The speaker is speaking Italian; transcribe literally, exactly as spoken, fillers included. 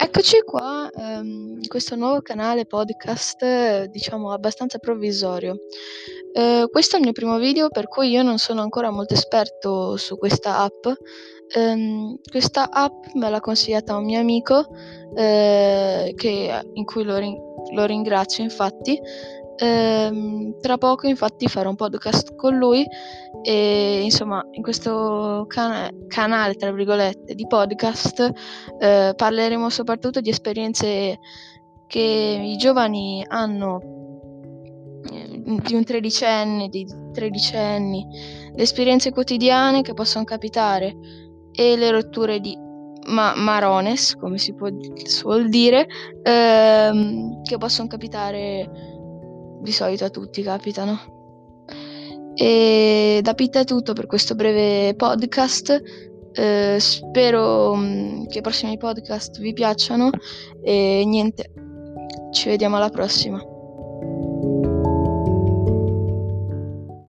Eccoci qua, ehm, in questo nuovo canale podcast, eh, diciamo abbastanza provvisorio. Eh, questo è il mio primo video, per cui io non sono ancora molto esperto su questa app. Ehm, questa app me l'ha consigliata un mio amico, eh, che- in cui lo, rin- lo ringrazio infatti. Ehm, tra poco infatti farò un podcast con lui e insomma in questo cana- canale, tra virgolette, di podcast eh, parleremo soprattutto di esperienze che i giovani hanno, eh, di un tredicenne, di tredicenni, le esperienze quotidiane che possono capitare e le rotture di ma- marones, come si può suol dire, ehm, che possono capitare di solito a tutti, capitano. E da Pitta è tutto per questo breve podcast. Eh, spero mh, che i prossimi podcast vi piacciono e niente, ci vediamo alla prossima.